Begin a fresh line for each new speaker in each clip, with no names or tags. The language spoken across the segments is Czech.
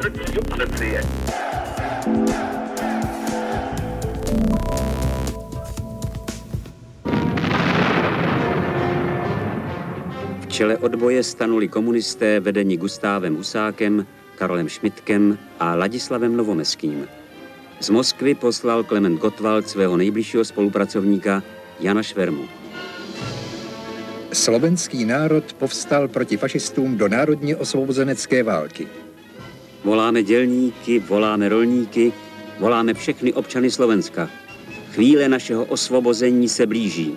V čele odboje stanuli komunisté vedení Gustávem Husákem, Karolem Schmidtkem a Ladislavem Novomeským. Z Moskvy poslal Klement Gottwald svého nejbližšího spolupracovníka Jana Švermu.
Slovenský národ povstal proti fašistům do národně osvobozenecké války.
Voláme dělníky, voláme rolníky, voláme všechny občany Slovenska. Chvíle našeho osvobození se blíží.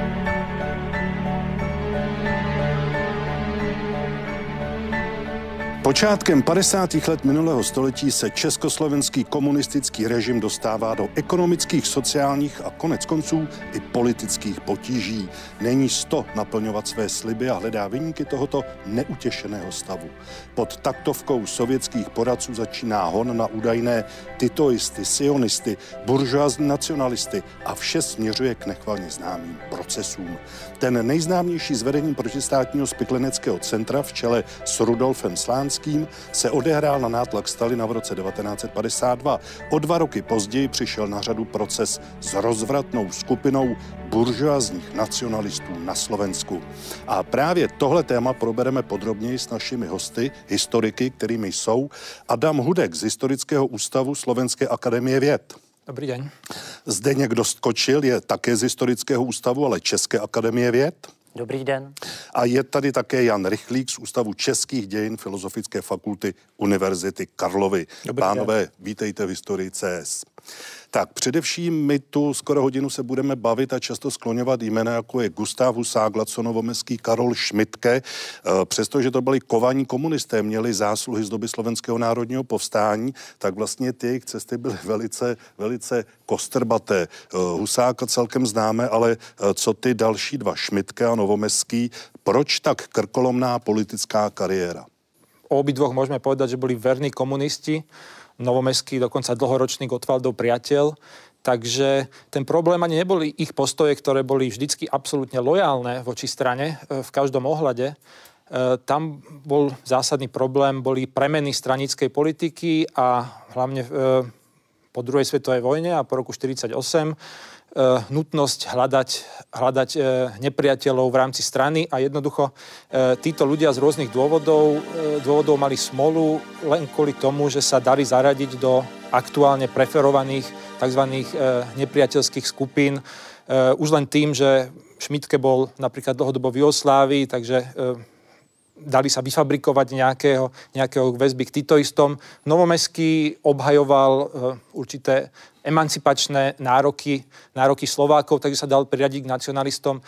Počátkem 50. let minulého století se československý komunistický režim dostává do ekonomických, sociálních a konec konců i politických potíží. Není z to naplňovat své sliby a hledá viníky tohoto neutěšeného stavu. Pod taktovkou sovětských poradců začíná hon na údajné titoisty, sionisty, buržoazní nacionalisty a vše směřuje k nechvalně známým procesům. Ten nejznámější s vedením protistátního spikleneckého centra v čele s Rudolfem Slánským se odehrál na nátlak Stalina v roce 1952. O 2 roky později přišel na řadu proces s rozvratnou skupinou buržoazních nacionalistů na Slovensku. A právě tohle téma probereme podrobněji s našimi hosty, historiky, kterými jsou Adam Hudek z Historického ústavu Slovenské akademie věd.
Dobrý den.
Zdeněk Dostkočil je také z Historického ústavu, ale České akademie věd.
Dobrý den.
A je tady také Jan Rychlík z Ústavu českých dějin Filozofické fakulty Univerzity Karlovy. Pánové, vítejte v Historii CS. Tak především my tu skoro hodinu se budeme bavit a často skloňovat jména, jako je Gustav Husák, Laco Novomeský, Karol Schmidtke. Přestože to byli kovaní komunisté, měli zásluhy z doby slovenského národního povstání, tak vlastně ty jejich cesty byly velice kostrbaté. Husáka celkem známe, ale co ty další dva, Schmidtke a Novomeský, proč tak krkolomná politická kariéra?
O obidvoch môžeme povedať, že boli verní komunisti. Novomeský dokonca dlhoročný Gottwaldov priateľ. Takže ten problém ani neboli ich postoje, ktoré boli vždycky absolútne lojálne voči strane v každom ohľade. Tam bol zásadný problém, boli premeny stranickej politiky a hlavne po druhej svetovej vojne a po roku 1948 nutnosť hľadať nepriateľov v rámci strany a jednoducho títo ľudia z rôznych dôvodov mali smolu len kvôli tomu, že sa dali zaradiť do aktuálne preferovaných tzv. Nepriateľských skupín. Už len tým, že Schmidtke bol napríklad dlhodobo v Jugoslávii, takže dali sa vyfabrikovať nejakého väzby k titoistom. Novomeský obhajoval určité emancipačné nároky Slovákov, takže sa dal priradiť k nacionalistom.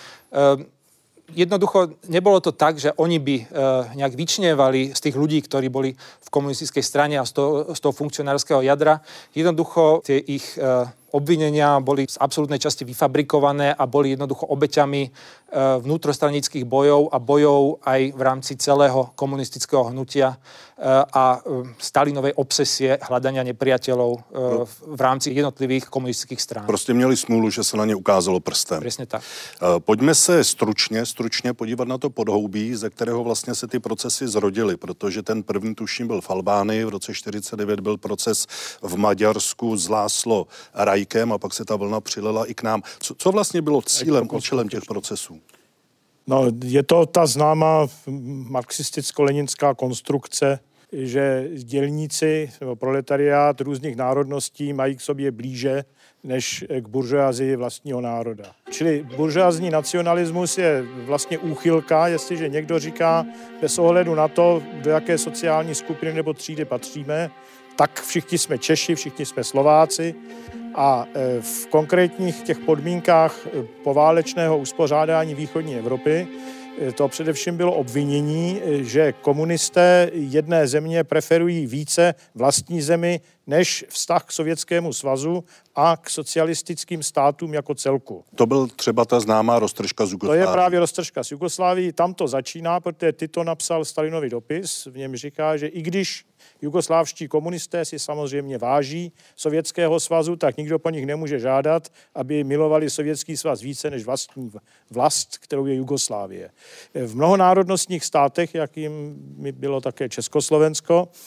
Jednoducho nebolo to tak, že oni by nejak vyčnievali z tých ľudí, ktorí boli v komunistickej strane a z toho funkcionárskeho jadra. Jednoducho tie ich obvinenia boli z absolútnej časti vyfabrikované a boli jednoducho obeťami vnútrostranických bojov a bojov aj v rámci celého komunistického hnutia a Stalinovej obsesie hľadania nepriateľov v rámci jednotlivých komunistických strán.
Prostě měli smůlu, že se na ně ukázalo prstem.
Presne tak.
Pojďme se stručně podívat na to podhoubí, ze kterého vlastně se ty procesy zrodily, protože ten první, tuším, byl v Albánii, v roce 1949 byl proces v Maďarsku s László Rajkem a pak se ta vlna přilela i k nám. Co vlastně bylo cílem, účelem těch procesů?
No, je to ta známá marxisticko-leninská konstrukce, že dělníci nebo proletariát různých národností mají k sobě blíže než k buržoazii vlastního národa. Čili buržoazní nacionalismus je vlastně úchylka, jestliže někdo říká bez ohledu na to, do jaké sociální skupiny nebo třídy patříme, tak všichni jsme Češi, všichni jsme Slováci a v konkrétních těch podmínkách poválečného uspořádání východní Evropy to především bylo obvinění, že komunisté jedné země preferují více vlastní zemi než vztah k Sovětskému svazu a k socialistickým státům jako celku.
To byl třeba ta známá roztržka z Jugoslávie.
To je právě roztržka z Jugoslávii. Tam to začíná, protože Tito napsal Stalinovi dopis, v něm říká, že i když jugoslávští komunisté si samozřejmě váží Sovětského svazu, tak nikdo po nich nemůže žádat, aby milovali Sovětský svaz více než vlastní vlast, kterou je Jugoslávie. V mnohonárodnostních státech, jakým bylo také Československo,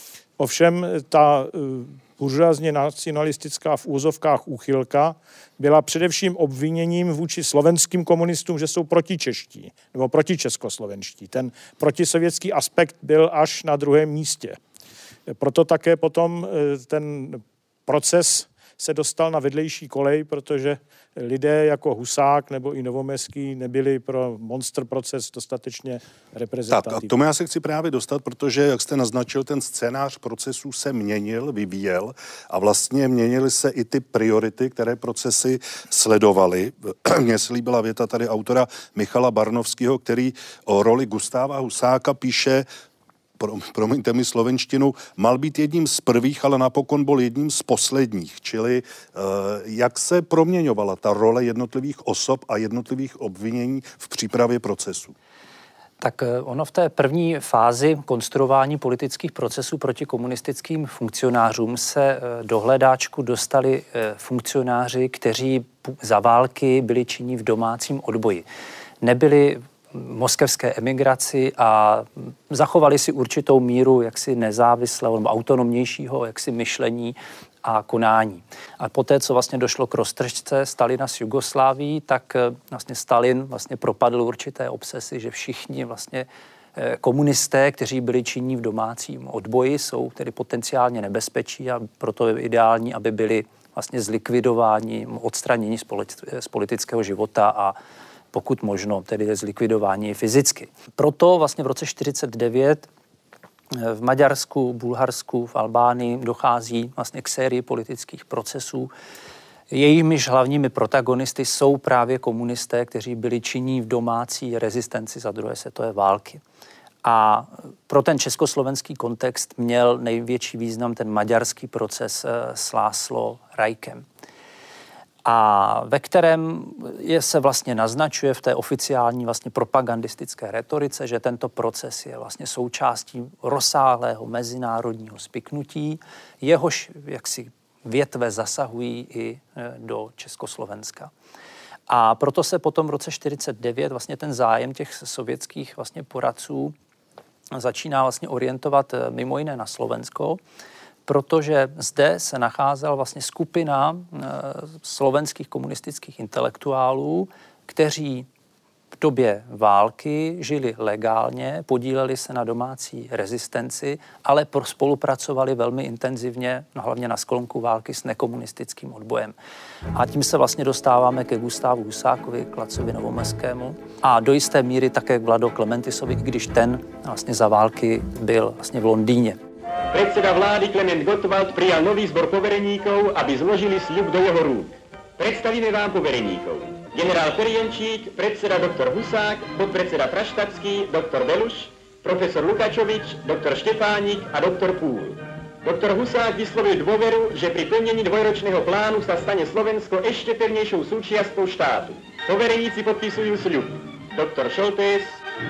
Ovšem ta buržoazně nacionalistická v úzovkách úchylka byla především obviněním vůči slovenským komunistům, že jsou protičeští nebo protičeskoslovenští. Ten protisovětský aspekt byl až na druhém místě. Proto také potom ten proces se dostal na vedlejší kolej, protože lidé jako Husák nebo i Novomeský nebyli pro monster proces dostatečně reprezentativní.
Tak a tomu já se chci právě dostat, protože, jak jste naznačil, ten scénář procesů se měnil, vyvíjel a vlastně měnily se i ty priority, které procesy sledovaly. Mně se líbila věta tady autora Michala Barnovského, který o roli Gustáva Husáka píše, promiňte mi slovenštinu, mal být jedním z prvých, ale napokon byl jedním z posledních. Čili jak se proměňovala ta role jednotlivých osob a jednotlivých obvinění v přípravě procesu?
Tak ono v té první fázi konstruování politických procesů proti komunistickým funkcionářům se do hledáčku dostali funkcionáři, kteří za války byli činní v domácím odboji. Nebyli moskevské emigraci a zachovali si určitou míru jaksi nezávislého nebo autonomnějšího jaksi myšlení a konání. A poté, co vlastně došlo k roztržce Stalina s Jugoslávií, tak vlastně Stalin vlastně propadl určité obsesy, že všichni vlastně komunisté, kteří byli činní v domácím odboji, jsou tedy potenciálně nebezpečí a proto je ideální, aby byli vlastně zlikvidováni, odstraněni z politického života a pokud možno, tedy zlikvidování fyzicky. Proto vlastně v roce 1949 v Maďarsku, Bulharsku, v Albánii dochází vlastně k sérii politických procesů. Jejímiž hlavními protagonisty jsou právě komunisté, kteří byli činní v domácí rezistenci za druhé světové války. A pro ten československý kontext měl největší význam ten maďarský proces s László Rajkem. A ve kterém se vlastně naznačuje v té oficiální vlastně propagandistické retorice, že tento proces je vlastně součástí rozsáhlého mezinárodního spiknutí, jehož jaksi větve zasahují i do Československa. A proto se potom v roce 1949 vlastně ten zájem těch sovětských vlastně poradců začíná vlastně orientovat mimo jiné na Slovensko, protože zde se nacházela vlastně skupina slovenských komunistických intelektuálů, kteří v době války žili legálně, podíleli se na domácí rezistenci, ale spolupracovali velmi intenzivně, hlavně na sklonku války s nekomunistickým odbojem. A tím se vlastně dostáváme ke Gustávu Husákovi, k Lacovi Novomeskému a do jisté míry také k Vlado Klementisovi, i když ten vlastně za války byl vlastně v Londýně.
Predseda vlády Klement Gottwald prijal nový zbor povereníkov, aby zložili sľub do jeho rúk. Predstavíme vám povereníkov. Generál Perienčík, predseda doktor Husák, podpredseda Praštatský, doktor Beluš, profesor Lukačovič, doktor Štefánik a doktor Púl. Doktor Husák vyslovil dôveru, že pri plnení dvojročného plánu sa stane Slovensko ešte pevnejšou súčiastkou štátu. Povereníci podpisujú sľub. Doktor Šoltés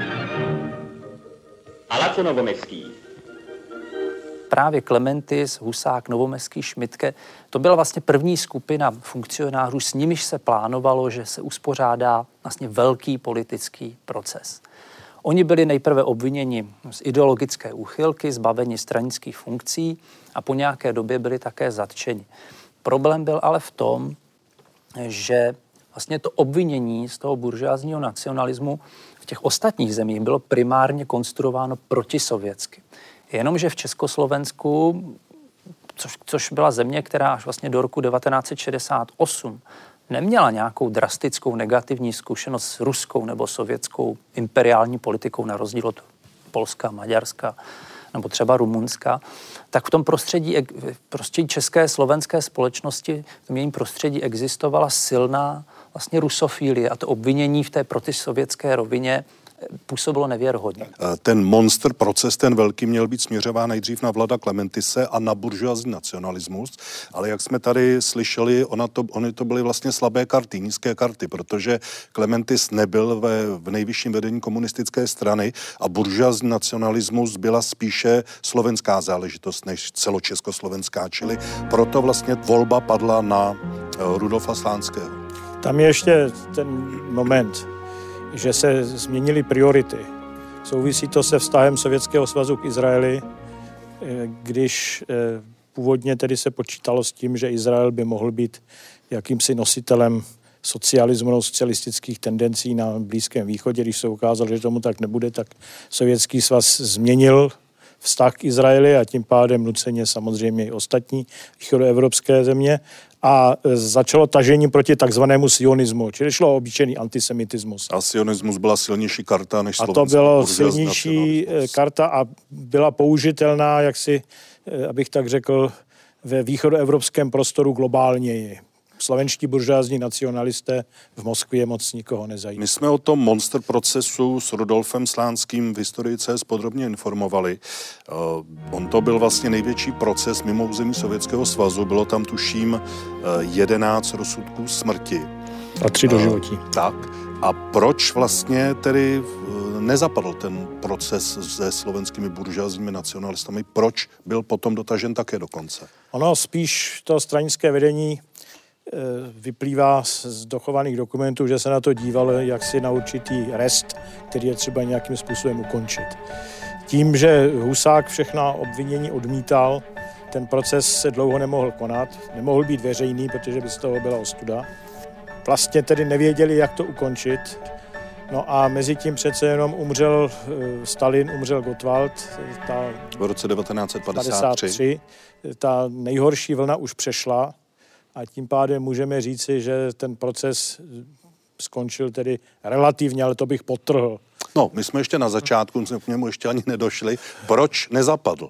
a Laco Novomeský.
Právě Klementis, Husák, Novomeský, Šmitke, to byla vlastně první skupina funkcionářů, s nimiž se plánovalo, že se uspořádá vlastně velký politický proces. Oni byli nejprve obviněni z ideologické úchylky, zbaveni stranických funkcí a po nějaké době byli také zatčeni. Problém byl ale v tom, že vlastně to obvinění z toho buržoázního nacionalismu v těch ostatních zemích bylo primárně konstruováno protisovětsky. Jenomže v Československu, což byla země, která až vlastně do roku 1968 neměla nějakou drastickou negativní zkušenost s ruskou nebo sovětskou imperiální politikou na rozdíl od Polska, Maďarska nebo třeba Rumunska, tak v tom prostředí české slovenské společnosti, v tom jejím prostředí existovala silná vlastně rusofílie a to obvinění v té protisovětské rovině působilo nevěrohodně.
Ten monster proces, ten velký, měl být směřován nejdřív na Vlada Klementise a na buržoazní nacionalismus, ale jak jsme tady slyšeli, ony to byly vlastně slabé karty, nízké karty, protože Klementis nebyl v nejvyšším vedení komunistické strany a buržoazní nacionalismus byla spíše slovenská záležitost než celočeskoslovenská, čili proto vlastně volba padla na Rudolfa Slánského.
Tam je ještě ten moment, že se změnily priority. Souvisí to se vztahem Sovětského svazu k Izraeli. když původně tedy se počítalo s tím, že Izrael by mohl být jakýmsi nositelem socialismu nebo socialistických tendencí na Blízkém východě. Když se ukázalo, že tomu tak nebude, tak Sovětský svaz změnil vztah k Izraeli a tím pádem nuceně samozřejmě i ostatní východoevropské země a začalo tažení proti takzvanému sionismu, čili šlo o obyčejný antisemitismus.
A sionismus byla silnější karta než slovenská.
A to byla silnější karta a byla použitelná, jaksi, abych tak řekl, ve východoevropském prostoru globálněji. Slovenští buržoázní nacionalisté v Moskvě moc nikoho nezajímají.
My jsme o tom monster procesu s Rudolfem Slánským v historii CS podrobně informovali. On to byl vlastně největší proces mimo území Sovětského svazu. Bylo tam, tuším, 11 rozsudků smrti.
A 3 doživotí.
Tak. A proč vlastně tedy nezapadl ten proces se slovenskými buržoázními nacionalistami? Proč byl potom dotažen také do konce?
Ono spíš to stranické vedení vyplývá z dochovaných dokumentů, že se na to dívalo jaksi na určitý rest, který je třeba nějakým způsobem ukončit. Tím, že Husák všechna obvinění odmítal, ten proces se dlouho nemohl konat, nemohl být veřejný, protože by z toho byla ostuda. Vlastně tedy nevěděli, jak to ukončit. No a mezi tím přece jenom umřel Stalin, umřel Gottwald.
V roce 1953.
Ta nejhorší vlna už přešla. A tím pádem můžeme říci, že ten proces skončil tedy relativně, ale to bych podtrhl.
No, my jsme ještě na začátku, jsme k němu ještě ani nedošli. Proč nezapadl?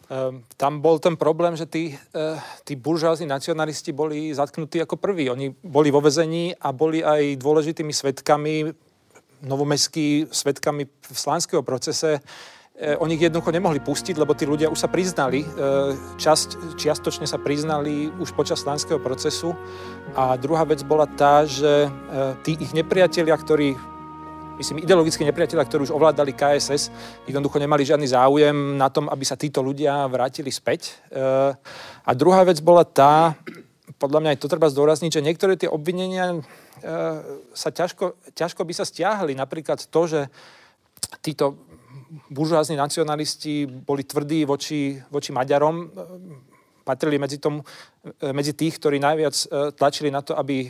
Tam bol ten problém, že tí buržoázní nacionalisti boli zatknutí ako prví. Oni boli vo väzení a boli aj dôležitými svedkami, novomestskí svedkami v slánského procese. Oni ich jednoducho nemohli pustiť, lebo tí ľudia už sa priznali, čiastočne sa priznali už počas slánského procesu. A druhá vec bola tá, že tí ich nepriatelia, ktorí, myslím, ideologickí nepriatelia, ktorí už ovládali KSS, jednoducho nemali žiadny záujem na tom, aby sa títo ľudia vrátili späť. A druhá vec bola tá, podľa mňa aj to treba zdôrazniť, že niektoré tie obvinenia sa ťažko by sa stiahli. Napríklad to, že títo buržoázní nacionalisti boli tvrdí voči Maďarom, patrili medzi tých, ktorí najviac tlačili na to, aby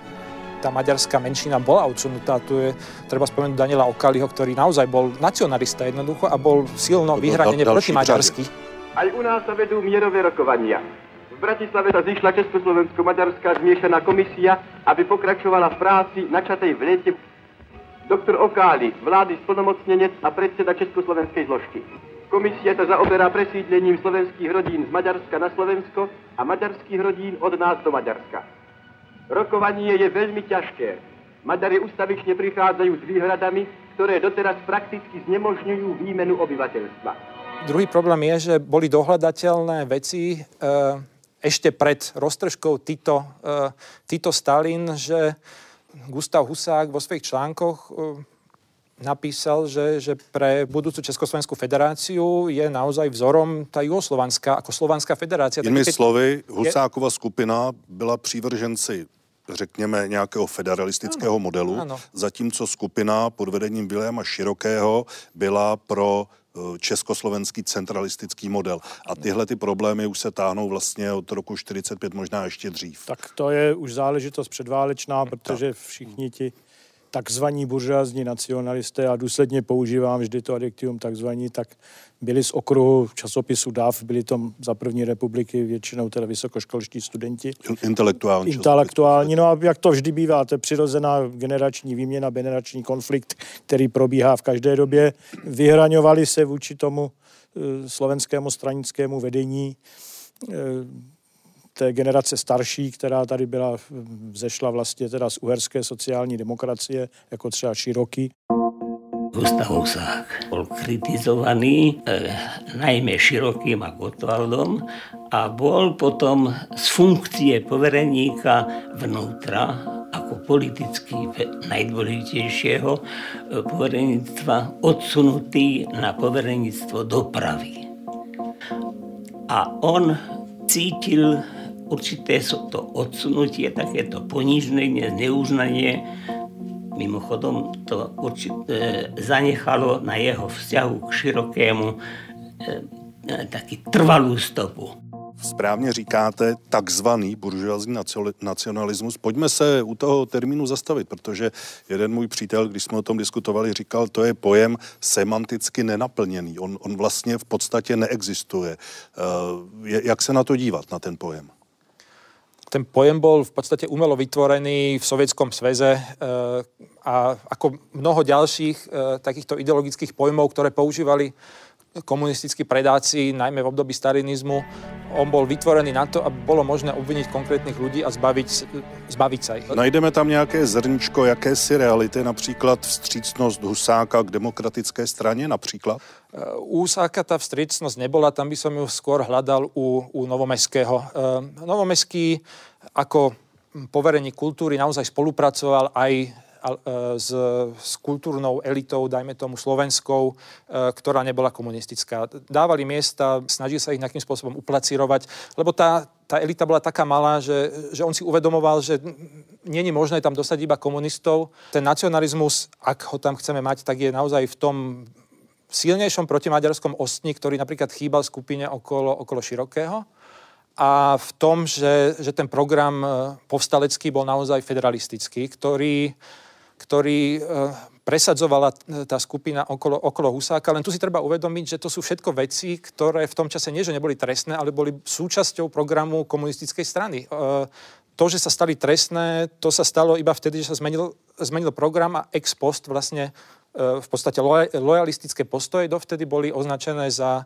tá maďarská menšina bola odsunutá. Tu je treba spomenúť Daniela Okaliho, ktorý naozaj bol nacionalista jednoducho a bol silno vyhranene protimaďarský.
Aj u nás sa vedú mierové rokovania. V Bratislave sa zišla Československo-maďarská zmiešaná komisia, aby pokračovala v práci načatej v lete. Doktor Okáli, vlády splnomocnenec a predseda Československej zložky. Komisia sa zaoberá presídlením slovenských rodín z Maďarska na Slovensko a maďarských rodín od nás do Maďarska. Rokovanie je veľmi ťažké. Maďari ustavične prichádzajú s výhradami, ktoré doteraz prakticky znemožňujú výmenu obyvateľstva.
Druhý problém je, že boli dohľadateľné veci ešte pred roztržkou Tito Stalin, že Gustav Husák vo svojich článkoch napísal, že pre budúcu Československú federáciu je naozaj vzorom tá juhoslovanská, ako Slovanská federácia.
Jinými slovy, Husákova skupina byla přívrženci, řekněme, nějakého federalistického modelu, zatímco skupina pod vedením Viliama Širokého byla pro československý centralistický model. A tyhle ty problémy už se táhnou vlastně od roku 45, možná ještě dřív.
Tak to je už záležitost předválečná, protože všichni ti takzvaní buržoázní nacionalisté, a důsledně používám vždy to adjektivum takzvaní, tak byli z okruhu časopisu DAF, byli tam za první republiky většinou teda vysokoškolští studenti. Intelektuální, no a jak to vždy bývá, to je přirozená generační výměna, generační konflikt, který probíhá v každé době. Vyhraňovali se vůči tomu slovenskému stranickému vedení té generace starší, která tady byla, vzešla vlastně teda z uherské sociální demokracie, jako třeba Široký.
Gustav Husák bol kritizovaný najmä Širokým a Gottwaldom a bol potom z funkcie povereníka vnútra ako politicky najdôležitejšieho povereníctva odsunutý na povereníctvo dopravy. A on cítil určité to odsunutie, takéto poníženie, neuznanie. Mimochodom to určite zanechalo na jeho vzťahu k Širokému taký trvalú stopu.
Správně říkáte takzvaný buržoazní nacionalismus. Pojďme se u toho termínu zastavit, protože jeden můj přítel, když jsme o tom diskutovali, říkal, to je pojem semanticky nenaplněný. On vlastně v podstatě neexistuje. Jak se na to dívat, na ten pojem?
Ten pojem bol v podstate umelo vytvorený v Sovietskom sveze a ako mnoho ďalších takýchto ideologických pojmov, ktoré používali komunistickí predáci, najmä v období stalinizmu, on bol vytvorený na to, aby bolo možné obviniť konkrétnych ľudí a zbaviť sa ich.
Najdeme tam nějaké zrničko jakési reality, například vstřícnost Husáka k demokratické straně například?
U Husáka tá vstřícnosť nebola, tam by som ju skôr hľadal u Novomeského. Novomeský ako povereník kultúry naozaj spolupracoval aj s kultúrnou elitou, dajme tomu slovenskou, ktorá nebola komunistická. Dávali miesta, snažili sa ich nejakým spôsobom uplacírovať, lebo tá elita bola taká malá, že on si uvedomoval, že nie je možné tam dosať iba komunistov. Ten nacionalizmus, ak ho tam chceme mať, tak je naozaj v tom silnejšom protimaďarskom ostni, ktorý napríklad chýbal skupine okolo Širokého. A v tom, že ten program povstalecký bol naozaj federalistický, ktorý presadzovala tá skupina okolo Husáka. Len tu si treba uvedomiť, že to sú všetko veci, ktoré v tom čase nie, že neboli trestné, ale boli súčasťou programu komunistickej strany. To, že sa stali trestné, to sa stalo iba vtedy, že sa zmenil program a ex post vlastne v podstate lojalistické postoje dovtedy boli označené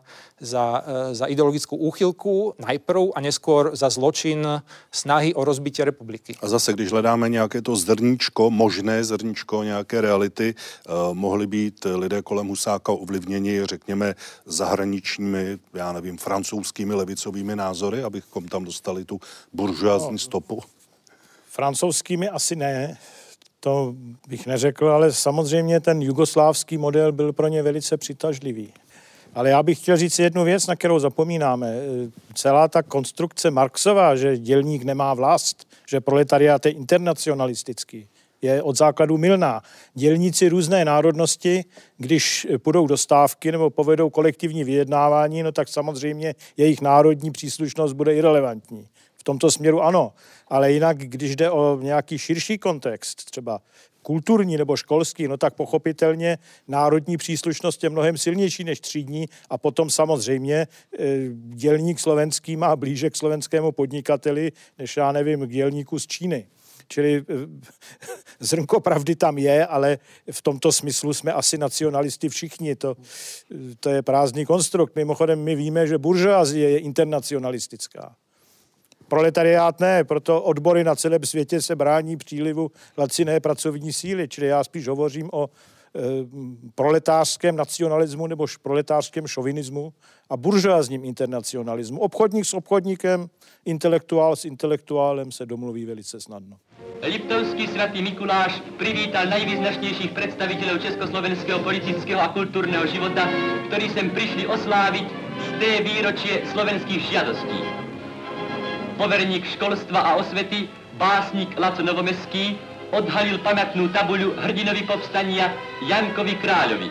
za ideologickú úchylku najprv a neskôr za zločin snahy o rozbitie republiky.
A zase, když hledáme nějaké to zrníčko, možné zrníčko nějaké reality, mohli být lidé kolem Husáka ovlivněni, řekněme, zahraničními, já nevím, francouzskými levicovými názory, abychom tam dostali tu buržoazní stopu?
Francouzskými asi ne. To bych neřekl, ale samozřejmě ten jugoslávský model byl pro ně velice přitažlivý. Ale já bych chtěl říct jednu věc, na kterou zapomínáme. Celá ta konstrukce Marxová, že dělník nemá vlast, že proletariát je internacionalistický, je od základu mylná. Dělníci různé národnosti, když půjdou do stávky nebo povedou kolektivní vyjednávání, no tak samozřejmě jejich národní příslušnost bude irelevantní. V tomto směru ano, ale jinak, když jde o nějaký širší kontext, třeba kulturní nebo školský, no tak pochopitelně národní příslušnost je mnohem silnější než třídní a potom samozřejmě dělník slovenský má blíže k slovenskému podnikateli, než já nevím, k dělníku z Číny. Čili zrnko pravdy tam je, ale v tomto smyslu jsme asi nacionalisti všichni. To je prázdný konstrukt. Mimochodem my víme, že buržoazie je internacionalistická. Proletariát ne, proto odbory na celém světě se brání přílivu laciné pracovní síly, čili já spíš hovořím o proletářském nacionalismu nebo proletářském šovinismu a buržoazním internacionalismu. Obchodník s obchodníkem, intelektuál s intelektuálem se domluví velice snadno.
Liptovský svatý Mikuláš privítal najvýznačnejších predstaviteľov československého politického a kultúrneho života, ktorí sem prišli osláviť z té výročie slovenských žiadostí. Poverník školstva a osvety, básnik Laco Novomeský, odhalil pamätnú tabuľu hrdinovi povstania Jankovi Kráľovi.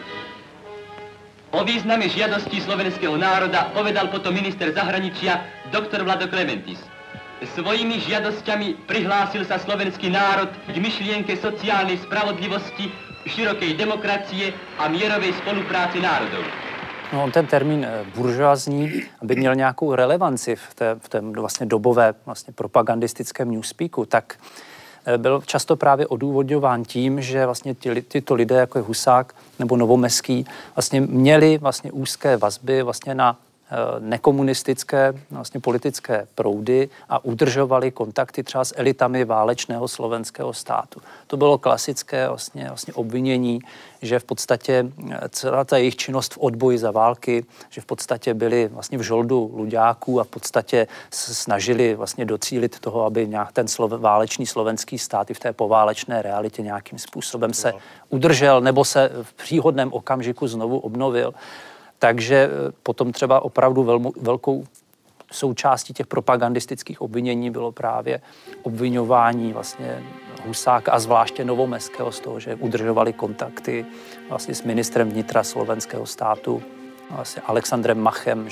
O význame žiadostí slovenského národa povedal potom minister zahraničia dr. Vlado Klementis. Svojimi žiadosťami prihlásil sa slovenský národ k myšlienke sociálnej spravodlivosti, širokej demokracie a mierovej spolupráci národov.
No, on ten termín buržoazní, aby měl nějakou relevanci v té vlastně dobové vlastně propagandistickém newspeaku, tak byl často právě odůvodňován tím, že vlastně tyto lidé, jako je Husák nebo Novomeský, vlastně měli vlastně úzké vazby vlastně na nekomunistické vlastně politické proudy a udržovali kontakty třeba s elitami válečného slovenského státu. To bylo klasické vlastně obvinění, že v podstatě celá ta jejich činnost v odboji za války, že v podstatě byli vlastně v žoldu luďáků a v podstatě se snažili vlastně docílit toho, aby nějak ten válečný slovenský stát i v té poválečné realitě nějakým způsobem se udržel nebo se v příhodném okamžiku znovu obnovil. Takže potom třeba opravdu velkou součástí těch propagandistických obvinění bylo právě obviňování vlastně Husáka a zvláště Novomeského z toho, že udržovali kontakty vlastně s ministrem vnitra slovenského státu vlastně Alexandrem Machem,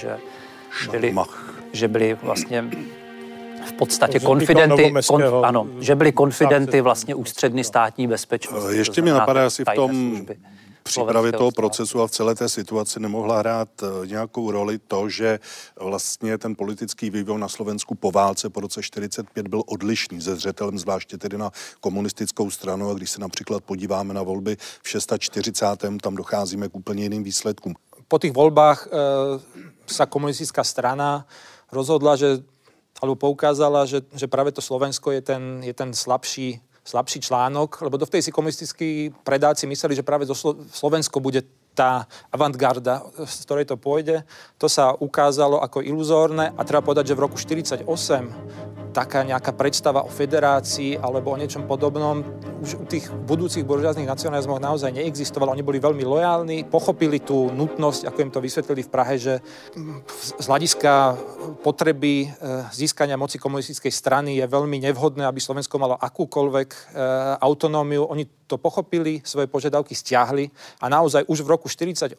že byli vlastně v podstatě konfidenty, že byli konfidenty vlastně ústředny státní bezpečnosti.
Ještě mě napadá, asi v tom přípravě toho procesu a v celé té situaci nemohla hrát nějakou roli to, že vlastně ten politický vývoj na Slovensku po válce po roce 1945 byl odlišný se zřetelem, zvláště tedy na komunistickou stranu, a když se například podíváme na volby v 46. tam docházíme k úplně jiným výsledkům.
Po tých voľbách sa komunistická strana rozhodla, alebo poukázala, že práve to Slovensko je ten slabší článok, lebo dovtedy si komunistickí predáci mysleli, že práve Slovensko bude tá avantgarda, z ktorej to pôjde. To sa ukázalo ako iluzórne a treba povedať, že v roku 1948 taká nejaká predstava o federácii alebo o niečom podobnom už u tých budúcich buržoáznych nacionalizmoch naozaj neexistovala. Oni boli veľmi lojálni, pochopili tú nutnosť, ako im to vysvetlili v Prahe, že z hľadiska potreby získania moci komunistickej strany je veľmi nevhodné, aby Slovensko malo akúkoľvek autonómiu. Oni to pochopili, svoje požiadavky stiahli a naozaj už v roku 1948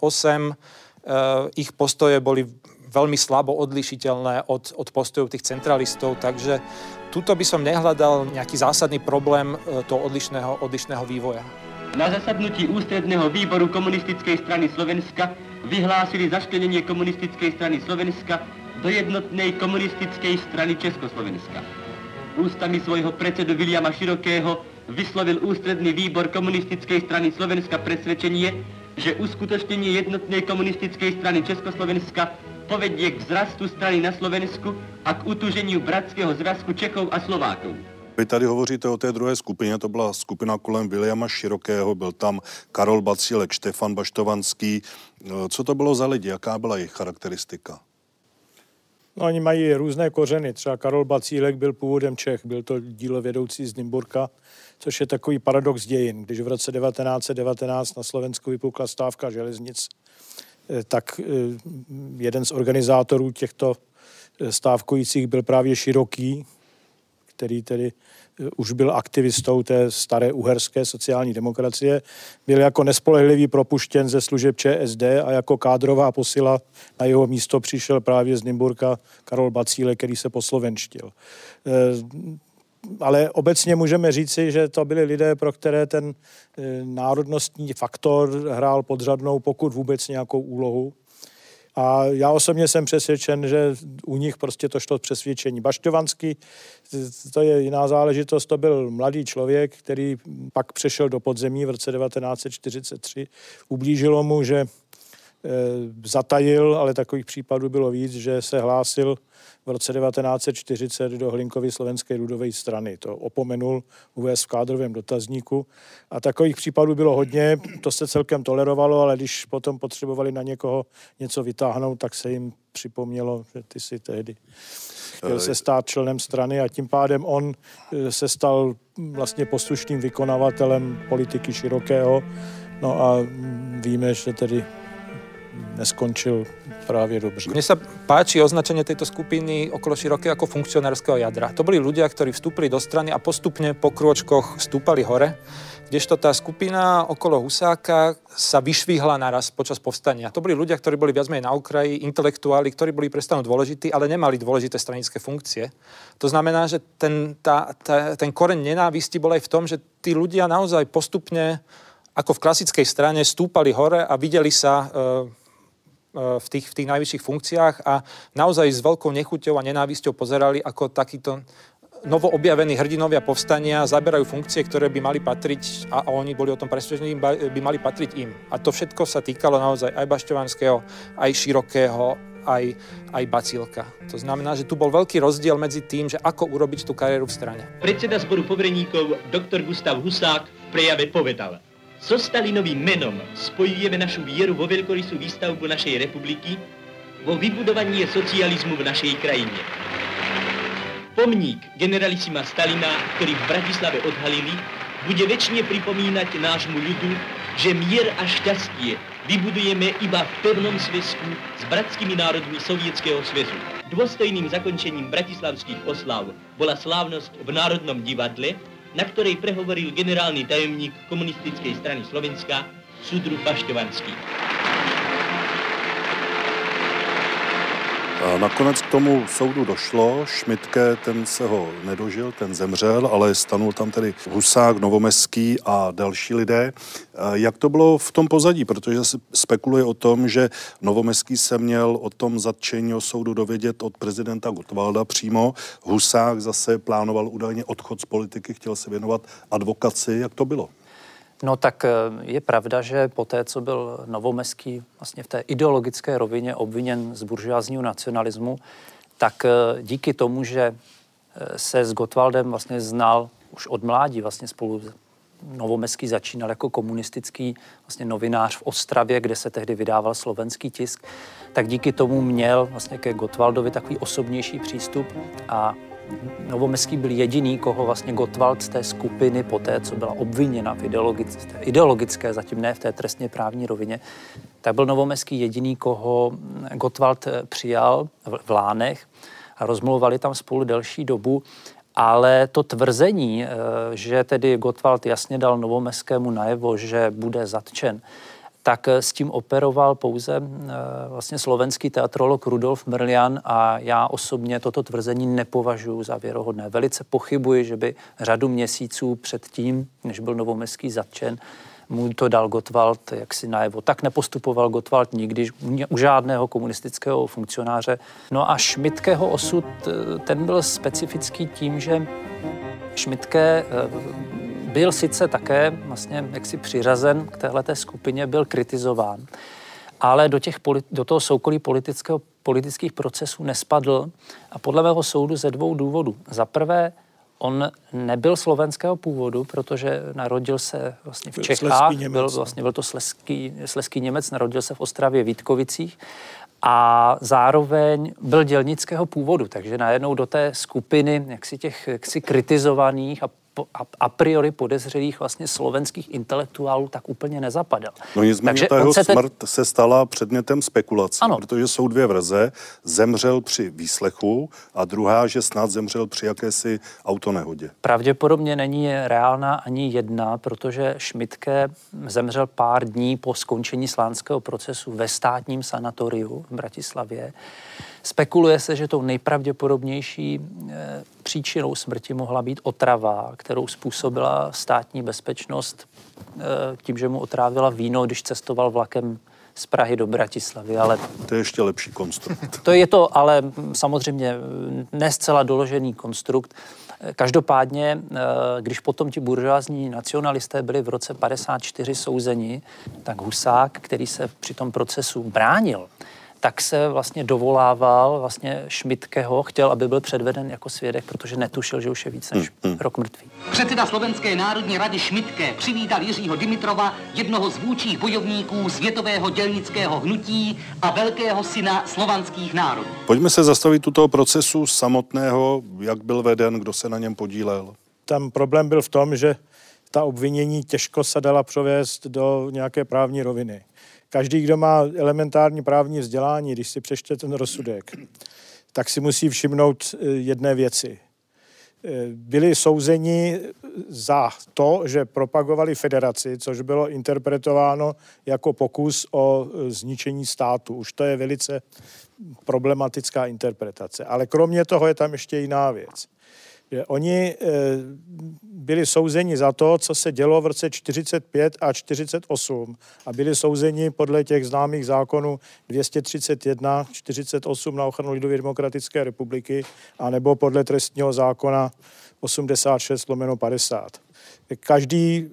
ich postoje boli veľmi slabo odlišiteľné od postojov tých centralistov, takže tuto by som nehľadal nejaký zásadný problém toho odlišného vývoja.
Na zasadnutí ústredného výboru komunistickej strany Slovenska vyhlásili začlenenie komunistickej strany Slovenska do jednotnej komunistickej strany Československa. Ústami svojho predsedu Viliama Širokého vyslovil ústredný výbor komunistickej strany Slovenska presvedčenie, že uskutočnenie jednotnej komunistickej strany Československa povedie k vzrastu strany na Slovensku a k utuženiu bratského zrazku Čechov a Slovákov.
Vy tady hovoříte o té druhé skupině, to byla skupina kolem Viliama Širokého, byl tam Karol Bacílek, Štefan Baštovanský. Co to bylo za lidi, jaká byla jejich charakteristika?
No, oni mají různé kořeny. Třeba Karol Bacílek byl původem Čech, byl to dílovědoucí z Nymburka, což je takový paradox dějin. Když v roce 1919 na Slovensku vypukla stávka železnic, tak jeden z organizátorů těchto stávkujících byl právě Široký, který tedy už byl aktivistou té staré uherské sociální demokracie, byl jako nespolehlivý propuštěn ze služeb ČSD a jako kádrová posila na jeho místo přišel právě z Nymburka Karol Bacílek, který se poslovenštil. Ale obecně můžeme říci, že to byli lidé, pro které ten národnostní faktor hrál podřadnou, pokud vůbec nějakou úlohu. A já osobně jsem přesvědčen, že u nich prostě to šlo přesvědčení. Bašťovanský, to je jiná záležitost, to byl mladý člověk, který pak přešel do podzemí v roce 1943. Ublížilo mu, že zatajil, ale takových případů bylo víc, že se hlásil v roce 1940 do Hlinkovy slovenské ľudové strany. To opomenul uvést v kádrovém dotazníku. A takových případů bylo hodně, to se celkem tolerovalo, ale když potom potřebovali na někoho něco vytáhnout, tak se jim připomnělo, že ty si tehdy chtěl se stát členem strany a tím pádem on se stal vlastně poslušným vykonavatelem politiky Širokého. No a víme, že tedy neskončil právě dobře.
Mne sa páči označenie tejto skupiny okolo Širokého ako funkcionárskeho jadra. To boli ľudia, ktorí vstúpili do strany a postupne po krôčkoch stúpali hore, kdežto tá skupina okolo Husáka sa vyšvihla naraz počas povstania. To boli ľudia, ktorí boli viac menej na okraji, intelektuáli, ktorí boli pre stranu dôležití, ale nemali dôležité stranické funkcie. To znamená, že ten koreň nenávisti bol aj v tom, že tí ľudia naozaj postupne ako v klasickej strane stúpali hore a videli sa v tých najvyšších funkciách a naozaj s veľkou nechuťou a nenávisťou pozerali, ako takíto novoobjavení hrdinovia povstania zaberajú funkcie, ktoré by mali patriť, a oni boli o tom presvedčení, by mali patriť im. A to všetko sa týkalo naozaj aj Bašťovanského, aj Širokého, aj Bacílka. To znamená, že tu bol veľký rozdiel medzi tým, že ako urobiť tú kariéru v strane.
Predseda Zboru povereníkov dr. Gustav Husák v prejave povedal: So Stalinovým menom spojujeme našu vieru vo veľkorysú výstavbu našej republiky, vo vybudovanie socializmu v našej krajine. Pomník generalisima Stalina, ktorý v Bratislave odhalili, bude večne pripomínať nášmu ľudu, že mier a šťastie vybudujeme iba v pevnom zväzku s bratskými národmi Sovietskeho zväzu. Dôstojným zakončením bratislavských oslav bola slávnosť v Národnom divadle, na ktorej prehovoril generálny tajomník komunistickej strany Slovenska súdruh Bašťovanský.
A nakonec k tomu soudu došlo. Šmidtke, ten se ho nedožil, ten zemřel, ale stanul tam tedy Husák, Novomeský a další lidé. Jak to bylo v tom pozadí? Protože se spekuluje o tom, že Novomeský se měl o tom zatčení o soudu dovědět od prezidenta Gottwalda přímo. Husák zase plánoval údajně odchod z politiky, chtěl se věnovat advokaci. Jak to bylo?
No tak je pravda, že poté, co byl Novomeský vlastně v té ideologické rovině obviněn z buržoázního nacionalismu, tak díky tomu, že se s Gottwaldem vlastně znal už od mládí, vlastně spolu Novomeský začínal jako komunistický vlastně novinář v Ostravě, kde se tehdy vydával slovenský tisk, tak díky tomu měl vlastně ke Gottwaldovi takový osobnější přístup a Novomeský byl jediný, koho vlastně Gottwald z té skupiny poté, co byla obviněna v ideologické, zatím ne v té trestně právní rovině, tak byl Novomeský jediný, koho Gottwald přijal v Lánech a rozmluvali tam spolu delší dobu, ale to tvrzení, že tedy Gottwald jasně dal Novomeskému najevo, že bude zatčen, tak s tím operoval pouze vlastně slovenský teatrolog Rudolf Mrlian a já osobně toto tvrzení nepovažuji za věrohodné. Velice pochybuji, že by řadu měsíců před tím, než byl Novomeský zatčen, mu to dal Gottwald jaksi najevo. Tak nepostupoval Gottwald nikdy u žádného komunistického funkcionáře. No a Šmidtkeho osud, ten byl specifický tím, že Šmidtke byl sice také vlastně jaksi přiřazen k téhleté skupině, byl kritizován, ale do toho soukolí politických procesů nespadl a podle mého soudu ze dvou důvodů. Za prvé, on nebyl slovenského původu, protože narodil se vlastně v Čechách, byl to slezský Němec, narodil se v Ostravě Vítkovicích a zároveň byl dělnického původu, takže najednou do té skupiny jaksi kritizovaných a priori podezřelých vlastně slovenských intelektuálů tak úplně nezapadal.
No nicméně ta jeho smrt se stala předmětem spekulací,
ano.
Protože jsou dvě verze. Zemřel při výslechu a druhá, že snad zemřel při jakési autonehodě.
Pravděpodobně není reálná ani jedna, protože Šmidtke zemřel pár dní po skončení slánského procesu ve státním sanatoriu v Bratislavě. Spekuluje se, že tou nejpravděpodobnější příčinou smrti mohla být otrava, kterou způsobila státní bezpečnost tím, že mu otrávila víno, když cestoval vlakem z Prahy do Bratislavy. Ale
to je ještě lepší konstrukt.
To je to, ale samozřejmě ne zcela doložený konstrukt. Každopádně, když potom ti buržoázní nacionalisté byli v roce 54 souzeni, tak Husák, který se při tom procesu bránil, tak se vlastně dovolával vlastně Šmidtkeho, chtěl, aby byl předveden jako svědek, protože netušil, že už je víc než rok mrtvý.
Předseda Slovenské národní rady Šmidtke přivítal Jiřího Dimitrova, jednoho z vůdčích bojovníků světového dělnického hnutí a velkého syna slovanských národů.
Pojďme se zastavit u toho procesu samotného, jak byl veden, kdo se na něm podílel.
Tam problém byl v tom, že ta obvinění těžko se dala provést do nějaké právní roviny. Každý, kdo má elementární právní vzdělání, když si přečte ten rozsudek, tak si musí všimnout jedné věci. Byli souzeni za to, že propagovali federaci, což bylo interpretováno jako pokus o zničení státu. Už to je velice problematická interpretace. Ale kromě toho je tam ještě jiná věc. Oni byli souzeni za to, co se dělo v roce 45 a 48 a byli souzeni podle těch známých zákonů 231, 48 na ochranu lidově demokratické republiky a nebo podle trestního zákona 86/50. Každý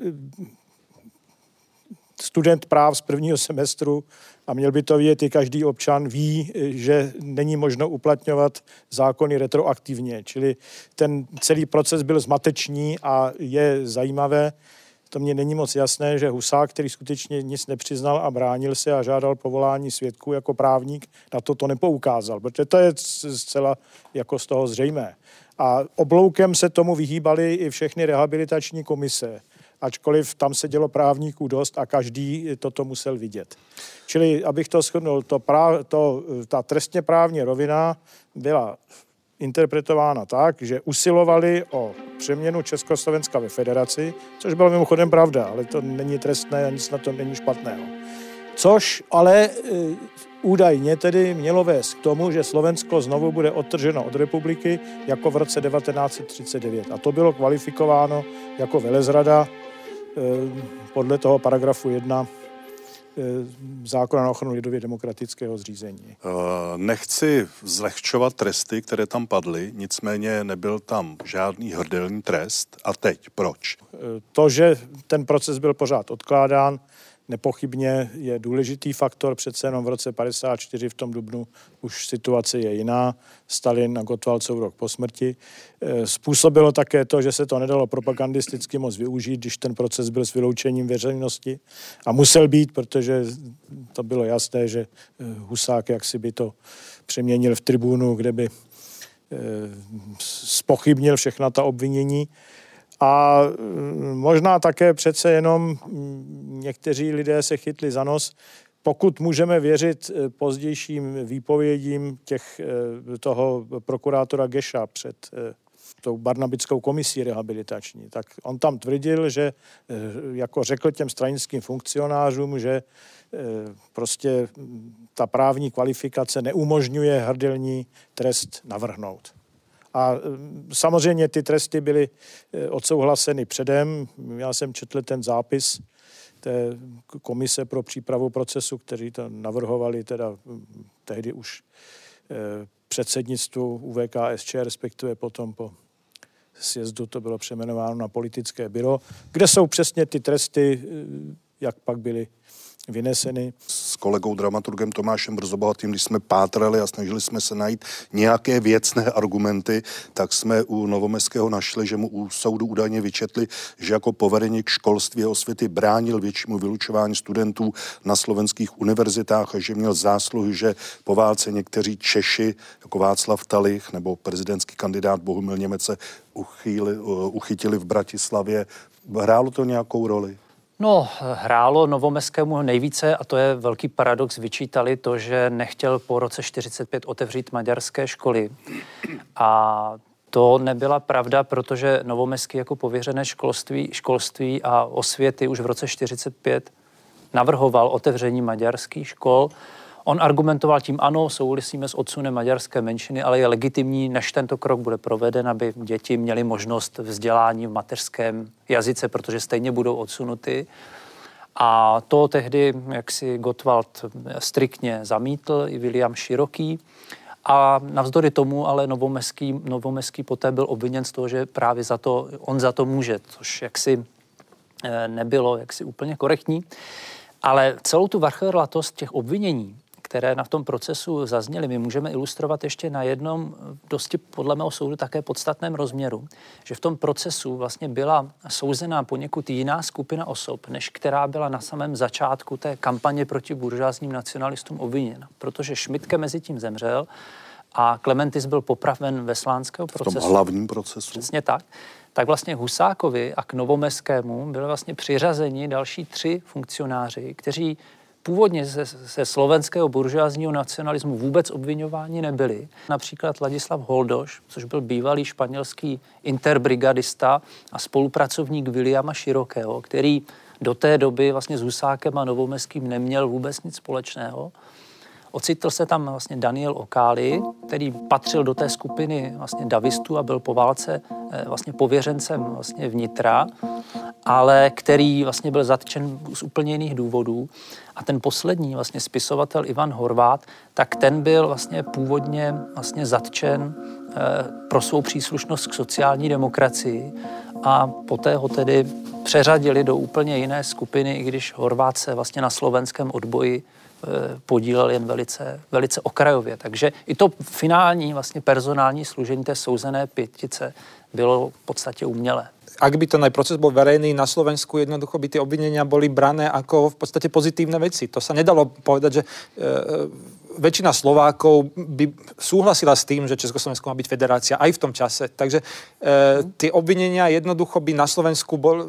student práv z prvního semestru, a měl by to vědět i každý občan, ví, že není možno uplatňovat zákony retroaktivně. Čili ten celý proces byl zmatečný a je zajímavé, to mně není moc jasné, že Husák, který skutečně nic nepřiznal a bránil se a žádal povolání svědků jako právník, na to nepoukázal, protože to je zcela jako z toho zřejmé. A obloukem se tomu vyhýbaly i všechny rehabilitační komise, ačkoliv tam se dělo právníků dost a každý toto musel vidět. Čili, abych to shrnul, ta trestně právní rovina byla interpretována tak, že usilovali o přeměnu Československa ve federaci, což byla mimochodem pravda, ale to není trestné a nic na tom není špatného. Což ale údajně tedy mělo vést k tomu, že Slovensko znovu bude odtrženo od republiky jako v roce 1939. A to bylo kvalifikováno jako velezrada podle toho paragrafu 1 zákona na ochranu lidově demokratického zřízení.
Nechci zlehčovat tresty, které tam padly, nicméně nebyl tam žádný hrdelní trest. A teď proč?
To, že ten proces byl pořád odkládán, nepochybně je důležitý faktor, přece jenom v roce 54 v tom dubnu už situace je jiná. Stalin a Gottwald jsou rok po smrti. Způsobilo také to, že se to nedalo propagandisticky moc využít, když ten proces byl s vyloučením veřejnosti. A musel být, protože to bylo jasné, že Husák jaksi by to přeměnil v tribunu, kde by zpochybnil všechna ta obvinění. A možná také přece jenom někteří lidé se chytli za nos, pokud můžeme věřit pozdějším výpovědím toho prokurátora Geša před tou Barnabickou komisí rehabilitační, tak on tam tvrdil, že jako řekl těm stranickým funkcionářům, že prostě ta právní kvalifikace neumožňuje hrdelní trest navrhnout. A samozřejmě ty tresty byly odsouhlaseny předem. Já jsem četl ten zápis té komise pro přípravu procesu, kteří to navrhovali teda tehdy už předsednictvu UVKSČ, respektive potom po sjezdu to bylo přejmenováno na politické byro, kde jsou přesně ty tresty, jak pak byly vyneseny.
S kolegou dramaturgem Tomášem Brzobohatým, když jsme pátrali a snažili jsme se najít nějaké věcné argumenty, tak jsme u Novomeského našli, že mu u soudu údajně vyčetli, že jako povereník školství a osvěty bránil většímu vylučování studentů na slovenských univerzitách a že měl zásluhy, že po válce někteří Češi, jako Václav Talich nebo prezidentský kandidát Bohumil Němec se uchytili v Bratislavě. Hrálo to nějakou roli?
No, hrálo Novomeskému nejvíce, a to je velký paradox, vyčítali to, že nechtěl po roce 1945 otevřít maďarské školy. A to nebyla pravda, protože Novomeský jako pověřené školství a osvěty už v roce 1945 navrhoval otevření maďarských škol. On argumentoval tím, ano, souhlasíme s odsunem maďarské menšiny, ale je legitimní, než tento krok bude proveden, aby děti měly možnost vzdělání v mateřském jazyce, protože stejně budou odsunuty. A to tehdy, jak si Gottwald striktně zamítl, i William Široký. A navzdory tomu ale Novomeský poté byl obviněn z toho, že právě on za to může, což jaksi nebylo jaksi úplně korektní. Ale celou tu vrcholatost těch obvinění, které v tom procesu zazněly, my můžeme ilustrovat ještě na jednom dosti podle mého soudu také podstatném rozměru, že v tom procesu vlastně byla souzená poněkud jiná skupina osob, než která byla na samém začátku té kampaně proti buržoázním nacionalistům obviněna. Protože Šmitke mezi tím zemřel a Klementis byl popraven ve slánského procesu.
V tom hlavním procesu.
Přesně tak. Tak vlastně Husákovi a k Novomeskému byly vlastně přiřazeni další 3 funkcionáři, kteří původně ze slovenského buržoázního nacionalismu vůbec obviňováni nebyli. Například Ladislav Holdoš, což byl bývalý španělský interbrigadista a spolupracovník Williama Širokého, který do té doby vlastně s Husákem a Novomeským neměl vůbec nic společného. Ocitl se tam vlastně Daniel Okáli, který patřil do té skupiny vlastně davistů a byl po válce vlastně pověřencem vlastně vnitra, ale který vlastně byl zatčen z úplně jiných důvodů. A ten poslední vlastně spisovatel Ivan Horvát, tak ten byl vlastně původně vlastně zatčen pro svou příslušnost k sociální demokracii a poté ho tedy přeřadili do úplně jiné skupiny, i když Horvát se vlastně na slovenském odboji podílel jen velice okrajově. Takže i to finální vlastně personální služení té souzené pětice bylo v podstatě umělé.
Ak by ten proces bol verejný na Slovensku, jednoducho by tie obvinenia boli brané ako v podstate pozitívne veci. To sa nedalo povedať, že väčšina Slovákov by súhlasila s tým, že Československo má byť federácia aj v tom čase. Takže tie obvinenia jednoducho by na Slovensku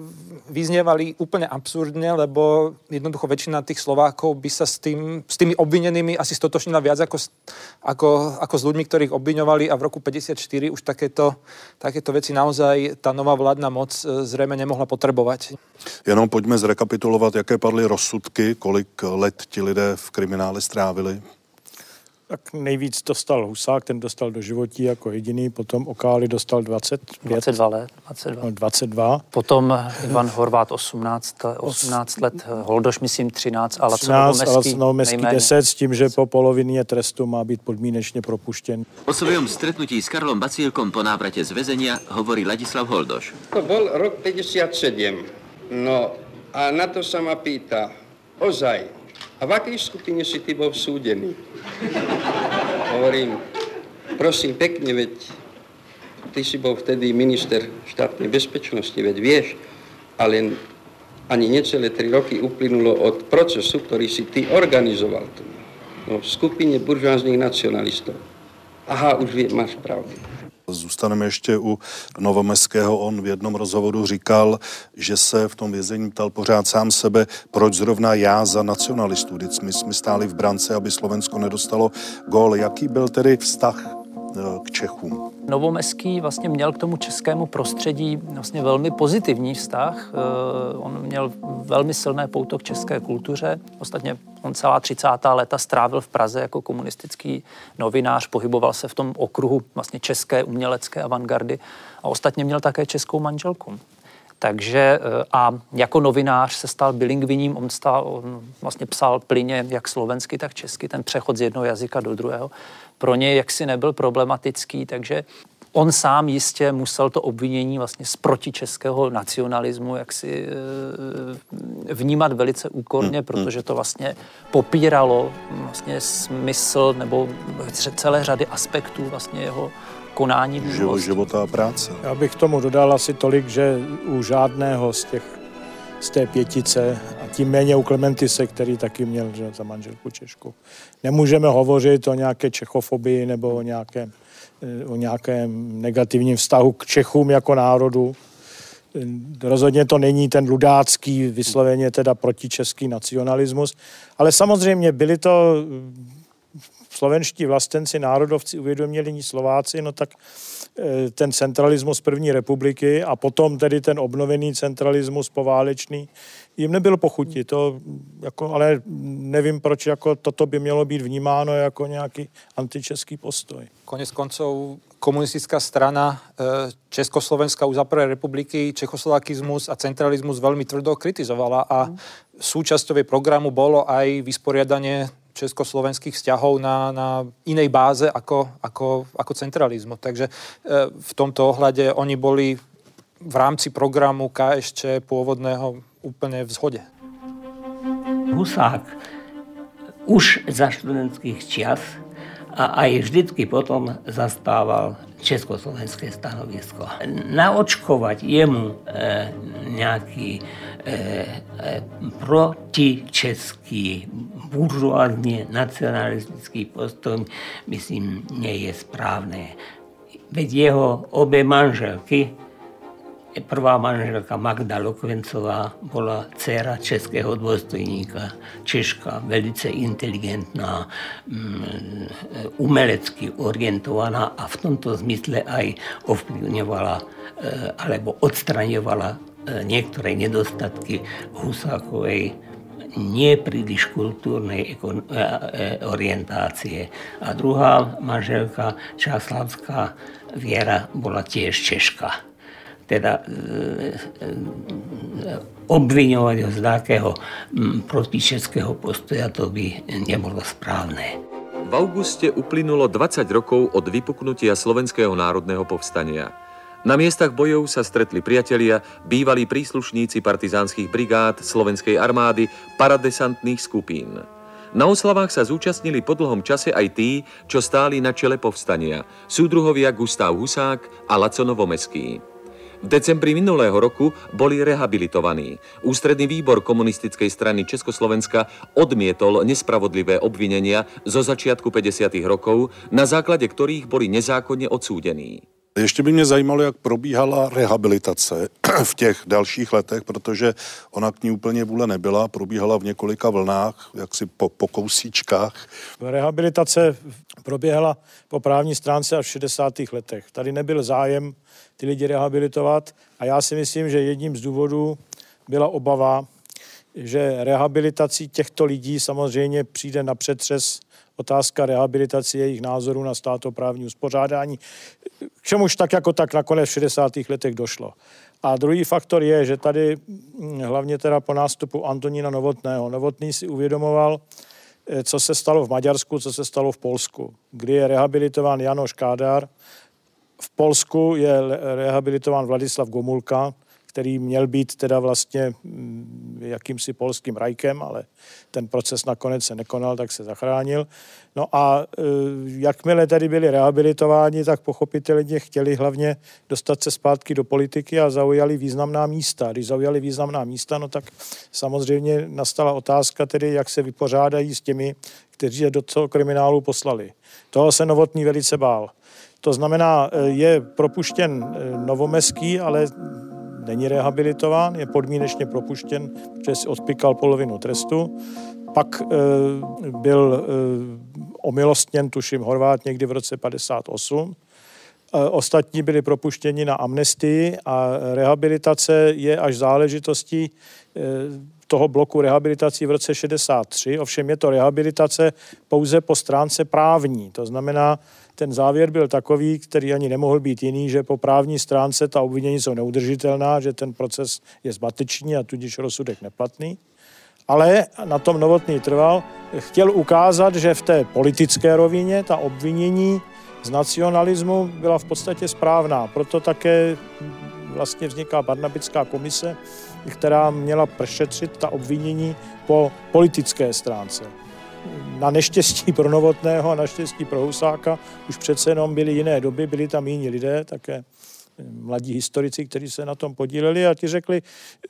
vyznievali úplne absurdne, lebo jednoducho väčšina tých Slovákov by sa s tými obvinenými asi stotočnila viac ako s ľuďmi, ktorých obviňovali, a v roku 1954 už takéto veci naozaj tá nová vládna moc zrejme nemohla potrebovať.
Jenom pojďme zrekapitulovat, jaké padly rozsudky, kolik let ti lidé v kriminále strávili.
Tak nejvíc dostal Husák, ten dostal doživotí jako jediný, potom Okály dostal
22 let.
22.
Potom Ivan Horvát 18 let, Holdoš myslím 13, a
Novomeský 10, s tím, že po polovině trestu má být podmínečně propuštěn.
O svojom stretnutí s Karlom Bacílkom po návrate z väzenia hovorí Ladislav Holdoš.
To bol rok 57. No a na to sa ma pýta, ozaj, a v akej skupine si ty bol súdený? Hovorím, prosím pekne, veď ty si bol vtedy minister štátnej bezpečnosti, veď vieš, ale ani necelé 3 roky uplynulo od procesu, ktorý si ty organizoval tu. No, v skupine buržoáznych nacionalistov. Aha, už máš pravdu.
Zůstaneme ještě u Novomeského. On v jednom rozhovoru říkal, že se v tom vězení ptal pořád sám sebe, proč zrovna já za nacionalistů. Vždyť my jsme stáli v brance, aby Slovensko nedostalo gól. Jaký byl tedy vztah k Čechům?
Novomeský vlastně měl k tomu českému prostředí vlastně velmi pozitivní vztah. On měl velmi silné pouto k české kultuře. Ostatně on celá 30. léta strávil v Praze jako komunistický novinář, pohyboval se v tom okruhu vlastně české umělecké avantgardy a ostatně měl také českou manželku. Takže a jako novinář se stal bilingvním, on vlastně psal plynně jak slovensky, tak česky, ten přechod z jednoho jazyka do druhého pro něj jaksi nebyl problematický, takže on sám jistě musel to obvinění vlastně z protičeského nacionalismu jaksi vnímat velice úkorně, protože to vlastně popíralo vlastně smysl nebo celé řady aspektů vlastně jeho konání
života a práce.
Já bych tomu dodal asi tolik, že u žádného z té pětice, a tím méně u Klementise, který taky měl za manželku Češku, nemůžeme hovořit o nějaké čechofobii nebo o nějakém negativním vztahu k Čechům jako národu. Rozhodně to není ten ludácký, vysloveně teda protičeský nacionalismus, ale samozřejmě byli to slovenští vlastenci, národovci, uvědomělí Slováci, no tak ten centralismus první republiky a potom tedy ten obnovený centralismus poválečný jim nebyl pochutí. To jako, ale nevím, proč jako toto by mělo být vnímáno jako nějaký antičeský postoj.
Konec koncov komunistická strana Československa už za prvej republiky čechoslovakizmus a centralizmus veľmi tvrdo kritizovala a súčasťou programu bolo aj vysporiadanie československých vzťahov na inej báze ako centralizmu. Takže v tomto ohľade oni boli v rámci programu KSČ pôvodného úplne v zhode.
Husák už za študentských čias a aj vždycky potom zastával československé stanovisko. Naočkovať jemu nejaký protičeský, buržoázne nacionalistický postoj, myslím, nie je správne. Veď jeho obe manželky, prvá manželka Magda Lokvencová bola dcéra českého dôstojníka, Češka, velice inteligentná, umelecky orientovaná a v tomto zmysle aj ovplyvňovala alebo odstraňovala niektoré nedostatky Husákovej nepríliš kultúrnej orientácie. A druhá manželka, Čáslavská Viera, bola tiež Češka. Teda obviňovať ho z takého protičeského postoja, to by nebolo správne.
V auguste uplynulo 20 rokov od vypuknutia Slovenského národného povstania. Na miestach bojov sa stretli priatelia, bývalí príslušníci partizánskych brigád, slovenskej armády, paradesantných skupín. Na oslavách sa zúčastnili po dlhom čase aj tí, čo stáli na čele povstania, súdruhovia Gustav Husák a Laco Novomeský. V decembri minulého roku boli rehabilitovaní. Ústredný výbor komunistickej strany Československa odmietol nespravodlivé obvinenia zo začiatku 50. rokov, na základe ktorých boli nezákonne odsúdení.
Ještě by mě zajímalo, jak probíhala rehabilitace v těch dalších letech, protože ona k ní úplně vůle nebyla, probíhala v několika vlnách, jaksi po kousíčkách.
Rehabilitace proběhla po právní stránce až v 60. letech. Tady nebyl zájem ty lidi rehabilitovat a já si myslím, že jedním z důvodů byla obava, že rehabilitací těchto lidí samozřejmě přijde na přetřes otázka rehabilitace jejich názorů na státoprávní uspořádání, k čemuž tak jako tak nakonec v 60. letech došlo. A druhý faktor je, že tady hlavně teda po nástupu Antonína Novotného. Novotný si uvědomoval, co se stalo v Maďarsku, co se stalo v Polsku, kdy je rehabilitován Janoš Kádár. V Polsku je rehabilitován Vladislav Gomulka, který měl být teda vlastně jakýmsi polským rajkem, ale ten proces nakonec se nekonal, tak se zachránil. No a jakmile tady byli rehabilitováni, tak pochopitelně chtěli hlavně dostat se zpátky do politiky a zaujali významná místa. Když zaujali významná místa, no tak samozřejmě nastala otázka tedy, jak se vypořádají s těmi, kteří je do toho kriminálu poslali. Toho se Novotný velice bál. To znamená, je propuštěn Novomeský, ale není rehabilitován, je podmínečně propuštěn, protože si odpykal polovinu trestu. Pak byl omilostněn, tuším, Horvát někdy v roce 58. Ostatní byli propuštěni na amnestii a rehabilitace je až záležitostí toho bloku rehabilitací v roce 63. Ovšem je to rehabilitace pouze po stránce právní. To znamená, ten závěr byl takový, který ani nemohl být jiný, že po právní stránce ta obvinění jsou neudržitelná, že ten proces je zmatečný a tudíž rozsudek neplatný. Ale na tom Novotný trval. Chtěl ukázat, že v té politické rovině ta obvinění z nacionalismu byla v podstatě správná. Proto také vlastně vzniká Barnabická komise, která měla prošetřit ta obvinění po politické stránce. Na neštěstí pro Novotného a naštěstí pro Husáka už přece jenom byly jiné doby, byli tam jiní lidé, také mladí historici, kteří se na tom podíleli a ti řekli,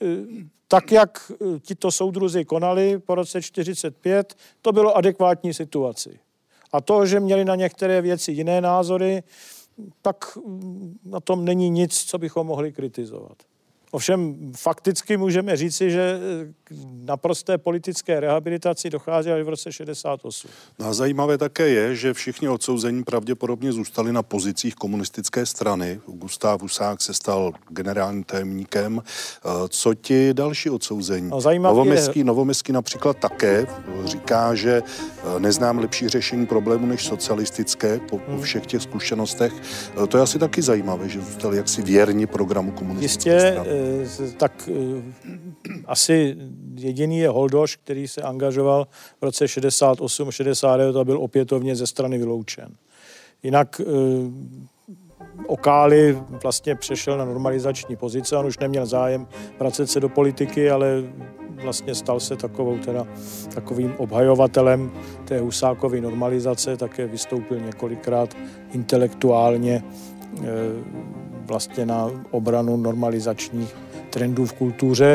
tak jak tito soudruzi konali po roce 45, to bylo adekvátní situaci. A to, že měli na některé věci jiné názory, tak na tom není nic, co bychom mohli kritizovat. Ovšem fakticky můžeme říci, že k naprosté politické rehabilitaci dochází až v roce 68.
No a zajímavé také je, že všichni odsouzení pravděpodobně zůstali na pozicích komunistické strany. Gustav Husák se stal generálním tajemníkem. Co ti další odsouzení?
No,
Novomeský například také říká, že neznám lepší řešení problému než socialistické po všech těch zkušenostech. To je asi taky zajímavé, že zůstali jaksi věrni programu komunistické strany.
Tak asi jediný je Holdoš, který se angažoval v roce 68-69 a byl opětovně ze strany vyloučen. Jinak Okály vlastně přešel na normalizační pozici, on už neměl zájem vracet se do politiky, ale vlastně stal se takovým obhajovatelem té Husákovy normalizace, také vystoupil několikrát intelektuálně vlastně na obranu normalizačních trendů v kultuře.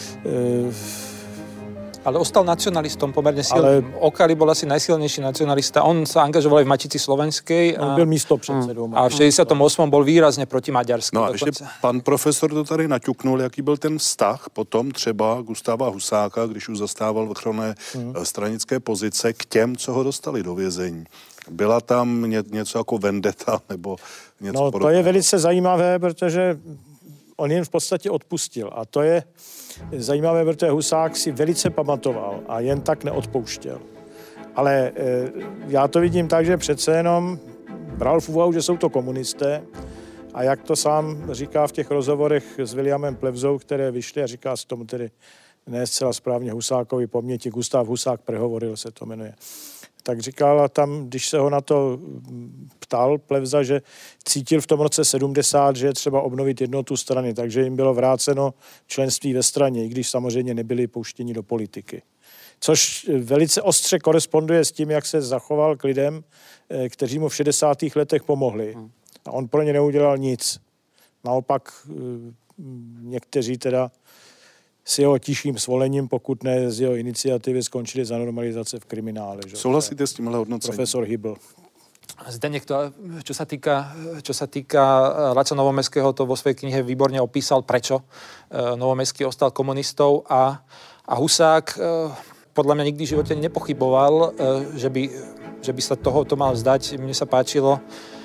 Ale ostal nacionalistom pomerne silný. Okály bol asi najsilnejší nacionalista. On sa angažoval aj v Matici slovenskej.
On byl místopředsedou.
A v 68. bol výrazne proti Maďarsku.
No a ještě pan profesor to tady naťuknul, jaký byl ten vztah potom třeba Gustáva Husáka, když už zastával vrcholné stranické pozice, k těm, co ho dostali do vězení. Byla tam něco jako vendeta nebo něco podobného?
To je velice zajímavé, protože on jim v podstatě odpustil. A to je zajímavé, protože Husák si velice pamatoval a jen tak neodpouštěl. Ale já to vidím tak, že přece jenom bral v úvahu, že jsou to komunisté a jak to sám říká v těch rozhovorech s Williamem Plevzou, které vyšly a říká se tomu tedy ne zcela správně Husákovi paměti, Gustav Husák prehovoril se to jmenuje. Tak říkal tam, když se ho na to ptal Plevza, že cítil v tom roce 70, že je třeba obnovit jednotu strany, takže jim bylo vráceno členství ve straně, i když samozřejmě nebyli pouštěni do politiky. Což velice ostře koresponduje s tím, jak se zachoval k lidem, kteří mu v 60. letech pomohli. A on pro ně neudělal nic. Naopak někteří teda s jeho tichým svolením, pokud ne z jeho iniciativy, skončili za normalizace v kriminále. Že?
Souhlasíte s tímhle hodnocením?
Profesor Hybl.
Zdeněk, čo sa týka Laca Novomeského, to vo svojej knihe výborne opísal, prečo Novomeský ostal komunistov a Husák podľa mňa nikdy v živote nepochyboval, že by sa tohoto mal vzdať. Mne sa páčilo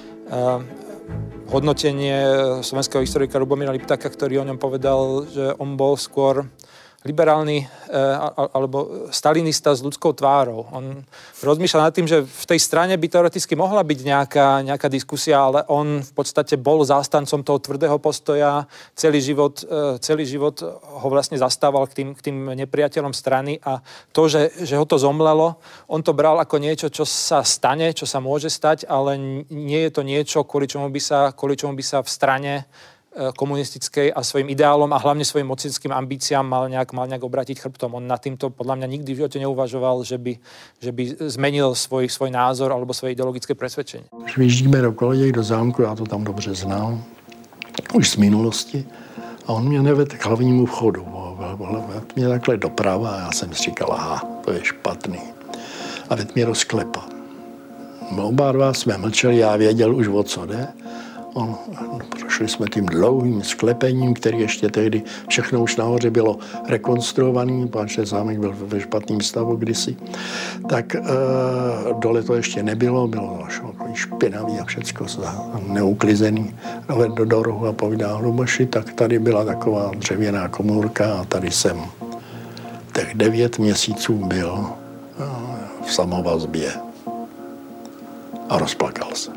hodnotenie slovenského historika Lubomíra Liptáka, ktorý o ňom povedal, že on bol skôr liberálny alebo stalinista s ľudskou tvárou. On rozmýšľal nad tým, že v tej strane by teoreticky mohla byť nejaká diskusia, ale on v podstate bol zástancom toho tvrdého postoja. Celý život ho vlastne zastával k tým nepriateľom strany a to, že ho to zomlelo, on to bral ako niečo, čo sa stane, čo sa môže stať, ale nie je to niečo, kvôli čomu by sa v strane komunistickej a svojim ideálom a hlavne svojim mocenským ambíciám mal nejak obrátiť chrbtom. On nad týmto podľa mňa nikdy v živote neuvažoval, že by zmenil svoj názor alebo svoje ideologické presvedčenie.
Když vyjíždíme do Kolejek, do zámku, já to tam dobře znal, už z minulosti, a on mě nevedl k hlavnímu vchodu. Vedl mě takhle doprava a já jsem si říkal, aha, to je špatný. A vedl mě do sklepa. Oba dva jsme mlčeli, já věděl už, o co jde. Prošli jsme tím dlouhým sklepením, který ještě tehdy všechno už nahoře bylo rekonstruovaný, protože zámek byl ve špatném stavu kdysi. Tak dole to ještě nebylo, bylo špinavý a všecko neuklizený. Dovedl do rohu a povídal Luboši, tak tady byla taková dřevěná komůrka a tady jsem těch 9 měsíců byl v samovazbě a rozplakal se.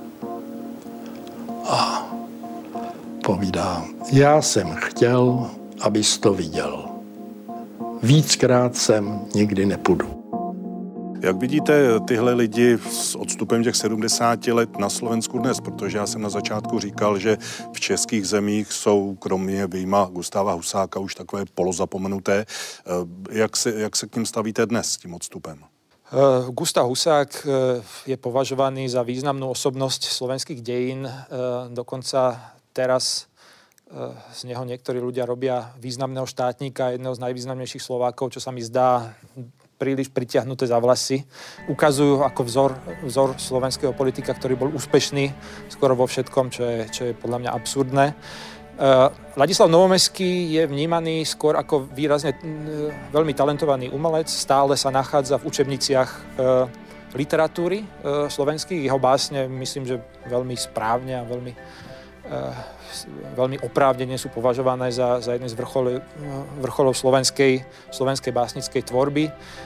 A povídá, já jsem chtěl, abys to viděl. Víckrát sem nikdy nepůjdu.
Jak vidíte tyhle lidi s odstupem těch 70 let na Slovensku dnes? Protože já jsem na začátku říkal, že v českých zemích jsou kromě vyjma Gustáva Husáka už takové polozapomenuté. Jak se k ním stavíte dnes s tím odstupem?
Gustav Husák je považovaný za významnú osobnosť slovenských dejín. Dokonca teraz z neho niektorí ľudia robia významného štátnika, jedného z najvýznamnejších Slovákov, čo sa mi zdá príliš pritiahnuté za vlasy. Ukazujú ako vzor slovenského politika, ktorý bol úspešný skoro vo všetkom, čo je podľa mňa absurdné. Ladislav Novomeský je vnímaný skôr ako výrazne veľmi talentovaný umelec. Stále sa nachádza v učebniciach literatúry slovenských. Jeho básne, myslím, že veľmi správne a veľmi oprávnene sú považované za jedné z vrcholov slovenskej básnickej tvorby.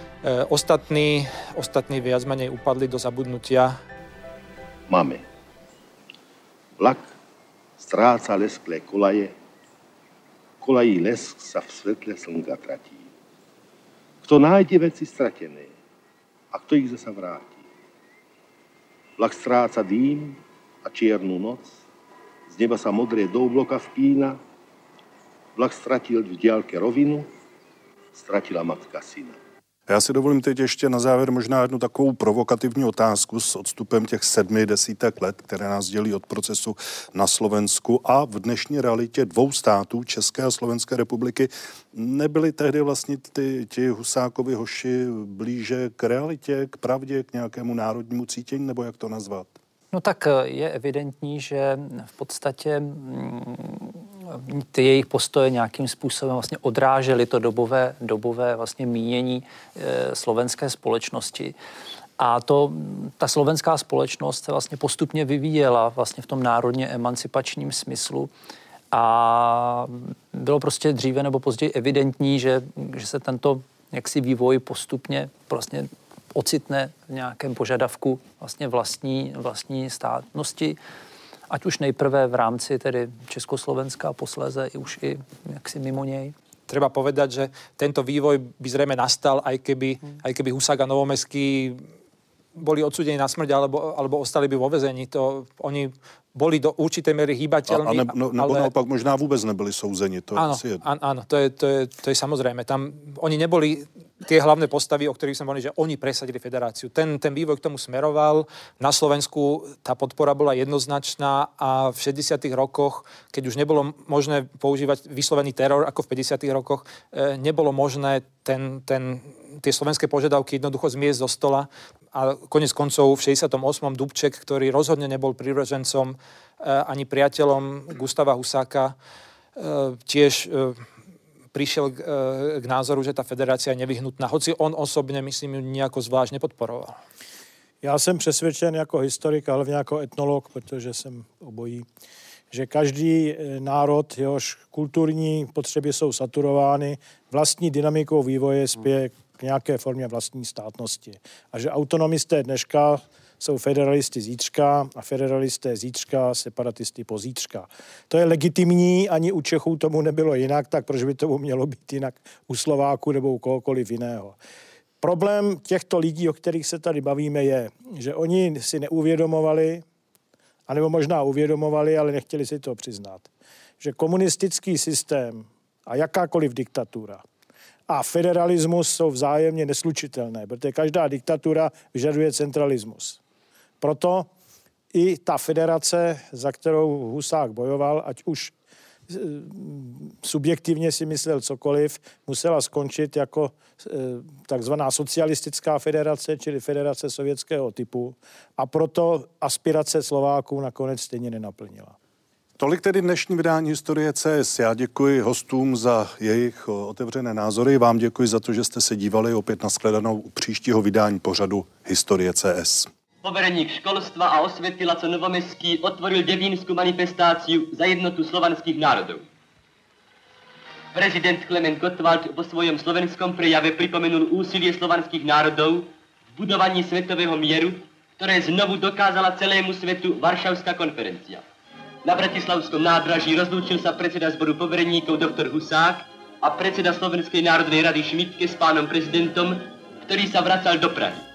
Ostatní viac menej upadli do zabudnutia.
Máme vlak stráca lesklé kolaje, kolají lesk sa v svetle slnka tratí. Kto nájde veci stratené a kto ich zasa vrátí. Vlak stráca dým a čiernu noc, z neba sa modré do obloka vpína, vlak stratil v diaľke rovinu, stratila matka syna.
Já si dovolím teď ještě na závěr možná jednu takovou provokativní otázku s odstupem těch 7 desítek let, které nás dělí od procesu na Slovensku a v dnešní realitě 2 států, České a Slovenské republiky. Nebyli tehdy vlastně ti Husákovi hoši blíže k realitě, k pravdě, k nějakému národnímu cítění, nebo jak to nazvat?
No tak je evidentní, že v podstatě ty jejich postoje nějakým způsobem vlastně odrážely to dobové vlastně mínění slovenské společnosti. A ta slovenská společnost se vlastně postupně vyvíjela vlastně v tom národně emancipačním smyslu a bylo prostě dříve nebo později evidentní, že se tento jaksi vývoj postupně vlastně ocitne v nějakém požadavku vlastně vlastní státnosti, ať už nejprve v rámci tedy Československa a posléze už i jaksi mimo něj.
Treba povedať, že tento vývoj by zrejme nastal, aj keby Husák a Novomeský boli odsúdení na smrť alebo ostali by vo väzení. Oni boli do určitej miery hýbateľní.
Nebo naopak možná vôbec nebyli souzeni.
Áno, to je samozrejme. Tam oni neboli tie hlavné postavy, o ktorých sme hovorili, že oni presadili federáciu. Ten vývoj k tomu smeroval. Na Slovensku tá podpora bola jednoznačná a v 60. rokoch, keď už nebolo možné používať vyslovený teror ako v 50. rokoch, nebolo možné tie slovenské požiadavky jednoducho zmiesť zo stola a konec koncov v 68. Dubček, ktorý rozhodne nebol prívržencom ani priateľom Gustáva Husáka, tiež prišiel k názoru, že tá federácia je nevyhnutná, hoci on osobne, myslím, ju nejako zvlášť nepodporoval.
Já jsem přesvědčen jako historik, ale jako etnolog, protože jsem obojí, že každý národ, jehož kulturní potřeby jsou saturovány, vlastní dynamikou vývoje spěje k nějaké formě vlastní státnosti. A že autonomisté dneška jsou federalisty zítřka a federalisté zítřka, separatisty pozítřka. To je legitimní, ani u Čechů tomu nebylo jinak, tak proč by tomu mělo být jinak u Slováků nebo u kohokoliv jiného. Problém těchto lidí, o kterých se tady bavíme, je, že oni si neuvědomovali, anebo možná uvědomovali, ale nechtěli si to přiznat, že komunistický systém a jakákoliv diktatura a federalismus jsou vzájemně neslučitelné, protože každá diktatura vyžaduje centralismus. Proto i ta federace, za kterou Husák bojoval, ať už subjektivně si myslel cokoliv, musela skončit jako takzvaná socialistická federace, čili federace sovětského typu, a proto aspirace Slováků nakonec stejně nenaplnila.
Tolik tedy dnešní vydání Historie CS. Já děkuji hostům za jejich otevřené názory. Vám děkuji za to, že jste se dívali. Opět na shledanou u příštího vydání pořadu Historie CS.
Povereník školstva a osvety Laco Novomeský otvoril Devínsku manifestáciu za jednotu slovanských národov. Prezident Klement Gottwald vo svojom slovenskom prejave pripomenul úsilie slovanských národov v budovaní svetového mieru, ktoré znovu dokázala celému svetu Varšavská konferencia. Na Bratislavskom nádraží rozlúčil sa predseda zboru povereníkov dr. Husák a predseda Slovenskej národnej rady Šmitke s pánom prezidentom, ktorý sa vracal do Prahy.